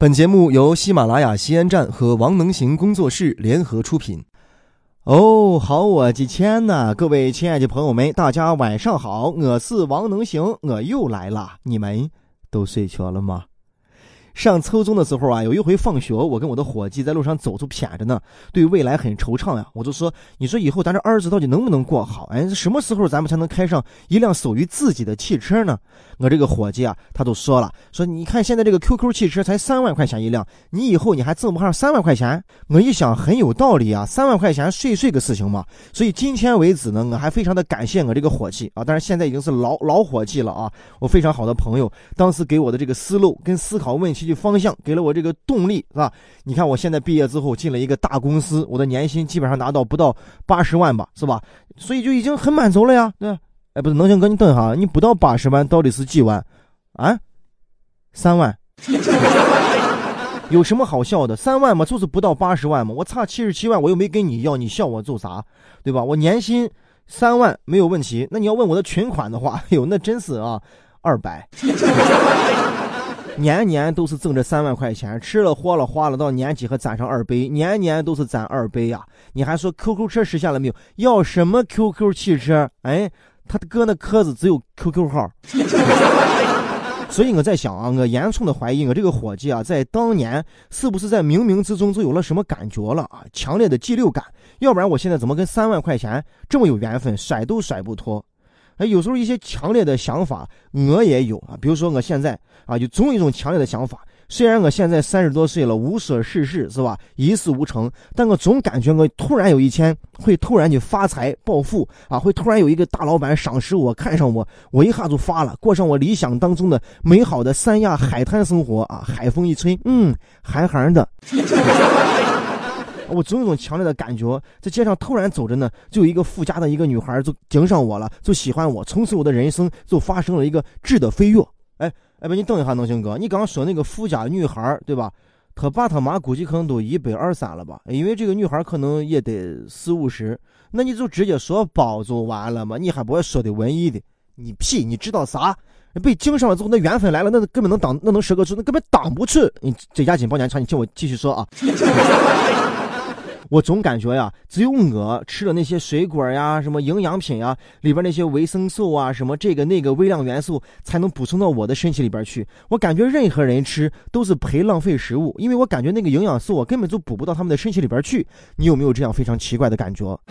本节目由喜马拉雅西安站和王能行工作室联合出品。哦，好我的天哪！各位亲爱的朋友们，大家晚上好，我是王能行，我又来了。你们都睡着了吗？上初中的时候啊，有一回放学，我跟我的伙计在路上走，就谝着呢，对未来很惆怅呀。我就说，你说以后咱这儿子到底能不能过好？什么时候咱们才能开上一辆属于自己的汽车呢？我这个伙计啊，他都说了，说你看现在这个 QQ 汽车才3万块钱一辆，你以后你还挣不上3万块钱？我一想很有道理啊，3万块钱税个事情嘛。所以今天为止呢，我还非常的感谢我这个伙计啊，但是现在已经是老伙计了啊，我非常好的朋友，当时给我的这个思路跟思考问题的方向，给了我这个动力，是吧？你看我现在毕业之后进了一个大公司，我的年薪基本上拿到不到80万吧，是吧？所以就已经很满足了呀，对吧？不是，能行哥，你等一下，你不到80万到底是几万啊？3万。有什么好笑的？3万嘛，就是不到80万嘛，我差77万，我又没跟你要，你笑我做啥？对吧？我年薪3万没有问题。那你要问我的存款的话，哎呦，那真是啊，200。年年都是挣这3万块钱，吃了喝了花了，到年底还攒上2倍，年年都是攒2倍呀！你还说 QQ 车实现了没有？要什么 QQ 汽车？他哥那壳子只有 QQ 号。所以我在想啊，我严重的怀疑我这个伙计啊，在当年是不是在冥冥之中就有了什么感觉了啊？强烈的第六感，要不然我现在怎么跟3万块钱这么有缘分，甩都甩不脱？有时候一些强烈的想法我也有啊，比如说我现在啊，就总有一种强烈的想法，虽然我现在30多岁了，无所事事，是吧？一事无成，但我总感觉我突然有一天会突然就发财暴富啊，会突然有一个大老板赏识我，看上我，我一下就发了，过上我理想当中的美好的三亚海滩生活啊，海风一吹，寒寒的。我总有一种强烈的感觉，在街上突然走着呢，就有一个富家的一个女孩就盯上我了，就喜欢我，从此我的人生就发生了一个质的飞跃。不，你等一下，能行哥，你刚刚说那个富家女孩对吧？他爸他妈估计可能都120-130了吧，因为这个女孩可能也得40-50，那你就直接说包就完了嘛，你还不会说的文艺的？你屁，你知道啥？被盯上了之后，那缘分来了，那根本能挡，那能说个出，那根本挡不住。你这押紧包年长，你听我继续说啊。我总感觉呀，只有我吃了那些水果呀，什么营养品呀，里边那些维生素啊，什么这个那个微量元素，才能补充到我的身体里边去。我感觉任何人吃都是赔浪费食物，因为我感觉那个营养素我根本就补不到他们的身体里边去。你有没有这样非常奇怪的感觉？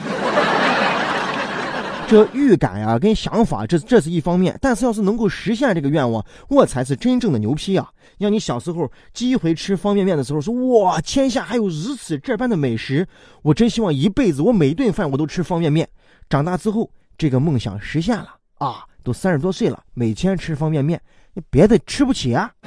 这预感呀跟想法，这是一方面，但是要是能够实现这个愿望，我才是真正的牛批啊！让你小时候第一回吃方便面的时候说，哇，天下还有如此这般的美食，我真希望一辈子我每顿饭我都吃方便面。长大之后这个梦想实现了啊，都30多岁了，每天吃方便面，你别的吃不起啊。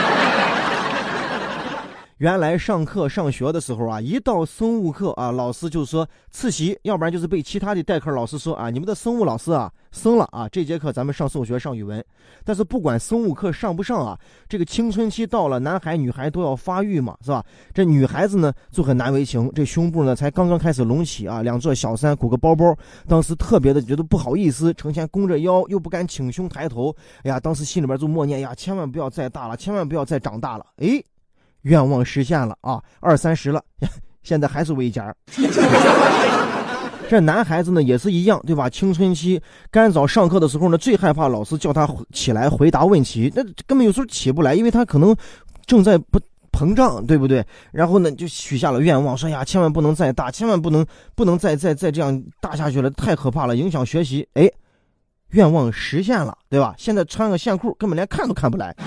原来上课上学的时候啊，一到生物课啊，老师就说自习，要不然就是被其他的代课老师说啊，你们的生物老师啊生了啊，这节课咱们上数学上语文。但是不管生物课上不上啊，这个青春期到了，男孩女孩都要发育嘛，是吧？这女孩子呢就很难为情，这胸部呢才刚刚开始隆起啊，2座小3鼓个包包，当时特别的觉得不好意思，成天弓着腰，又不敢挺胸抬头，哎呀，当时心里边就默念呀，千万不要再大了，千万不要再长大了。愿望实现了啊，20-30了，现在还是微夹。这男孩子呢也是一样，对吧？青春期干早上课的时候呢，最害怕老师叫他起来回答问题，那根本有时候起不来，因为他可能正在膨胀，对不对？然后呢就许下了愿望，说呀，千万不能再大，千万不能再这样大下去了，太可怕了，影响学习。愿望实现了，对吧？现在穿个线裤根本连看都看不来。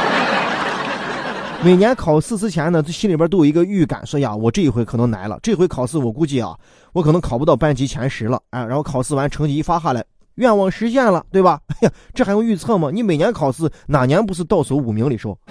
每年考试之前呢，心里边都有一个预感，说呀，我这一回可能来了，这回考试我估计啊，我可能考不到班级前10了，然后考试完成绩一发下来，愿望实现了，对吧？这还用预测吗？你每年考试哪年不是倒数5名里说？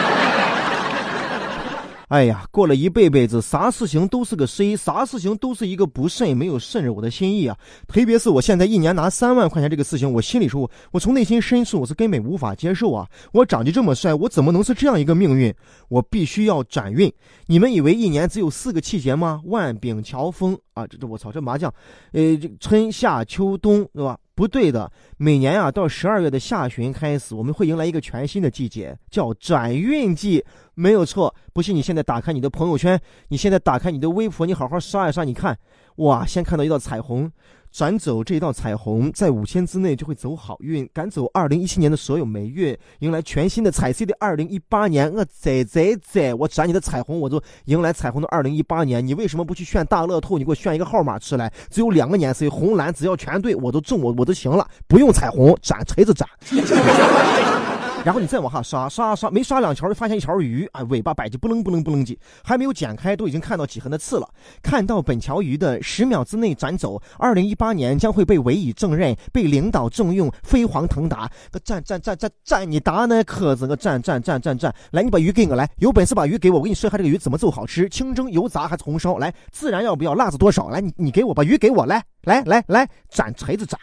哎呀，过了一辈子，啥事情都是个衰，啥事情都是一个不顺，没有顺着我的心意啊。特别是我现在一年拿3万块钱这个事情，我心里说，我从内心深处我是根本无法接受啊。我长得这么帅，我怎么能是这样一个命运？我必须要转运。你们以为一年只有4个季节吗？万丙、乔、风啊，这我操，这麻将，这春夏秋冬，对吧？不对的，每年啊到12月的下旬开始，我们会迎来一个全新的季节，叫转运季，没有错。不信你现在打开你的朋友圈，你现在打开你的微博，你好好刷一刷，你看，哇，先看到一道彩虹。转走这道彩虹，在5天之内就会走好运，赶走2017年的所有霉运，迎来全新的彩色的2018年。我转你的彩虹，我就迎来彩虹的2018年。你为什么不去炫大乐透？你给我炫一个号码出来，只有2个颜色，红蓝，只要全对，我都中，我都行了，不用彩虹，转锤子转。然后你再往下刷，没刷2条就发现一条鱼，尾巴摆起不楞叽，还没有剪开都已经看到几横的刺了。看到本条鱼的10秒之内转走，2018年将会被委以重任，被领导重用，飞黄腾达。个赞，你答呢？可子个赞！来，你把鱼给我来，有本事把鱼给我，我给你说一下这个鱼怎么做好吃，清蒸、油炸还是红烧？来，孜然要不要？辣子多少？来，你给我把鱼给我来，斩锤子斩。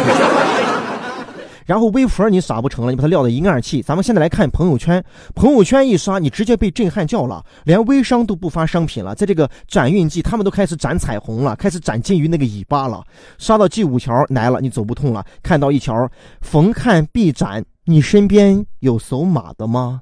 然后微博你耍不成了，你把它撂到一二气。咱们现在来看朋友圈，朋友圈一刷，你直接被震撼叫了，连微商都不发商品了。在这个转运季，他们都开始展彩虹了，开始展金鱼那个尾巴了。刷到第5条来了，你走不通了。看到一条，逢看必斩，你身边有走马的吗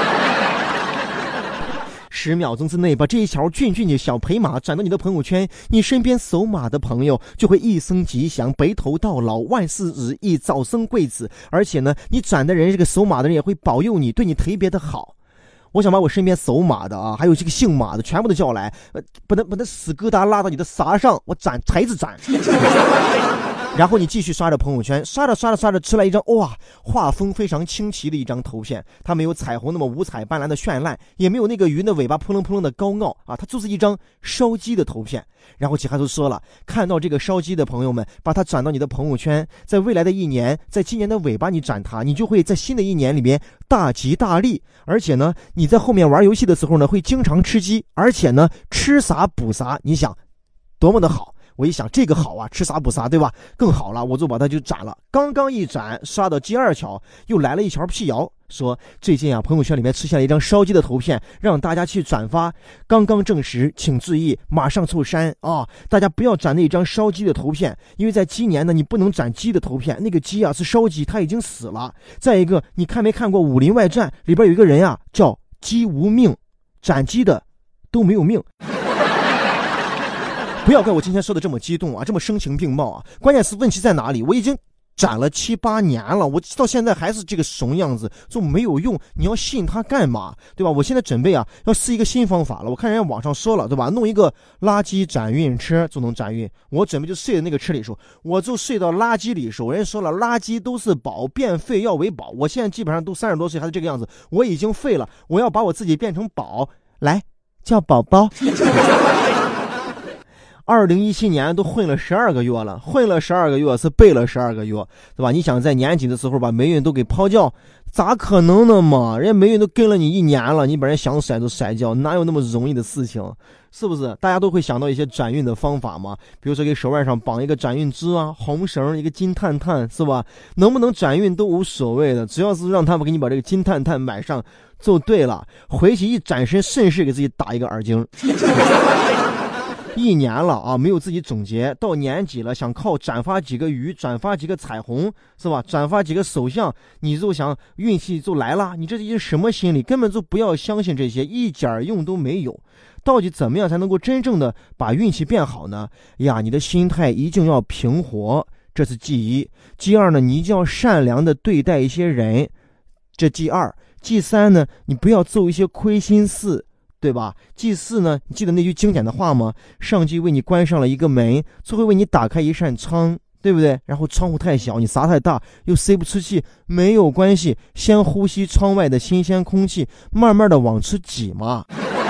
？10秒钟之内把这一条俊的小陪马转到你的朋友圈，你身边走马的朋友就会一生吉祥，白头到老，万事如意，早生贵子。而且呢，你转的人，这个走马的人也会保佑你，对你特别的好。我想把我身边走马的啊，还有这个姓马的全部都叫来，把那死疙瘩拉到你的撒上，我斩才子斩。然后你继续刷着朋友圈，刷着出来一张哇，画风非常清奇的一张图片。它没有彩虹那么五彩斑斓的绚烂，也没有那个鱼的尾巴扑棱的高傲啊，它就是一张烧鸡的图片。然后其他都说了，看到这个烧鸡的朋友们，把它转到你的朋友圈，在未来的一年，在今年的尾巴你转它，你就会在新的一年里面大吉大利。而且呢，你在后面玩游戏的时候呢，会经常吃鸡，而且呢，吃啥补啥，你想多么的好。我一想这个好啊，吃啥补啥，对吧？更好了，我就把它就斩了。刚刚一斩，刷到第2条，又来了一条辟谣，说最近啊，朋友圈里面出现了一张烧鸡的图片，让大家去转发。刚刚证实，请注意，马上凑删啊！大家不要转那一张烧鸡的图片，因为在今年呢，你不能转鸡的图片，那个鸡啊是烧鸡，它已经死了。再一个，你看没看过《武林外传》里边有一个人啊，叫鸡无命，斩鸡的都没有命。不要怪我今天说的这么激动啊，这么声情并茂啊！关键是问题在哪里？我已经斩了7、8年了，我到现在还是这个怂样子，就没有用。你要信他干嘛？对吧？我现在准备啊，要试一个新方法了。我看人家网上说了，对吧？弄一个垃圾转运车就能转运。我准备就睡在那个车里说，我就睡到垃圾里说。人家说了，垃圾都是宝，变废要为宝。我现在基本上都30多岁还是这个样子，我已经废了，我要把我自己变成宝，来叫宝宝。2017年都混了12个月了，混了12个月是背了12个月，对吧？你想在年底的时候把霉运都给抛掉，咋可能呢嘛？人家霉运都跟了你1年了，你把人想甩都甩掉，哪有那么容易的事情？是不是？大家都会想到一些转运的方法嘛？比如说给手腕上绑一个转运枝啊，红绳，一个金探探，是吧？能不能转运都无所谓的，只要是让他们给你把这个金探探买上就对了。回去一转身，顺势给自己打一个耳钉。1年了啊，没有自己总结，到年底了，想靠转发几个鱼，转发几个彩虹，是吧？转发几个手相，你就想运气就来了？你这是什么心理？根本就不要相信这些，一点用都没有。到底怎么样才能够真正的把运气变好呢？呀，你的心态一定要平和，这是第一。第二呢，你一定要善良的对待一些人，这第二。第三呢，你不要做一些亏心事，对吧？第4呢，你记得那句经典的话吗？上帝为你关上了一个门，就会为你打开一扇窗，对不对？然后窗户太小，你撒太大又塞不出气，没有关系，先呼吸窗外的新鲜空气，慢慢的往出挤嘛。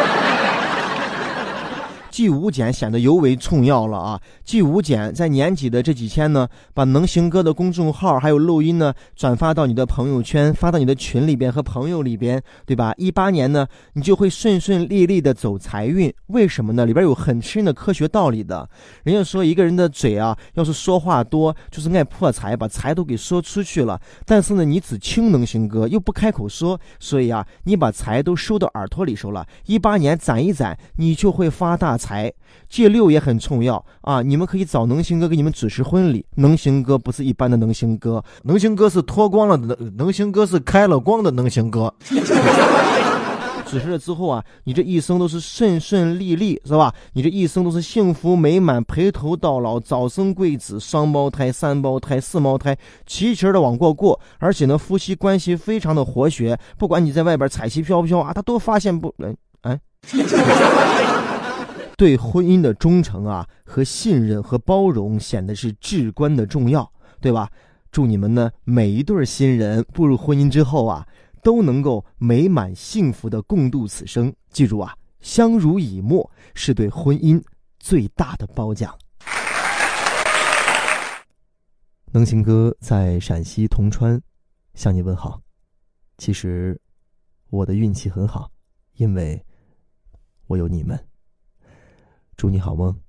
第5点显得尤为重要了啊！第5点，在年底的这几天呢，把能行哥的公众号还有录音呢转发到你的朋友圈，发到你的群里边和朋友里边，对吧？18年呢，你就会顺顺利利的走财运。为什么呢？里边有很深的科学道理的。人家说一个人的嘴啊，要是说话多，就是爱破财，把财都给说出去了。但是呢，你只听能行哥，又不开口说，所以啊，你把财都收到耳朵里头了。18年攒一攒，你就会发大财。 财。戒六也很重要啊，你们可以找能行哥给你们主持婚礼。能行哥不是一般的能行哥，能行哥是脱光了的，能行哥是开了光的能行哥。主持了之后啊，你这一生都是顺顺利利，是吧？你这一生都是幸福美满，陪头到老，早生贵子，双胞胎、三胞胎、四胞胎，齐齐的往过。而且呢，夫妻关系非常的活跃，不管你在外边彩旗飘飘啊，他都发现不对婚姻的忠诚啊和信任和包容显得是至关的重要，对吧？祝你们呢每一对新人步入婚姻之后啊，都能够美满幸福的共度此生。记住啊，相濡以沫是对婚姻最大的褒奖。能行哥在陕西铜川向你问好。其实我的运气很好，因为我有你们。祝你好梦。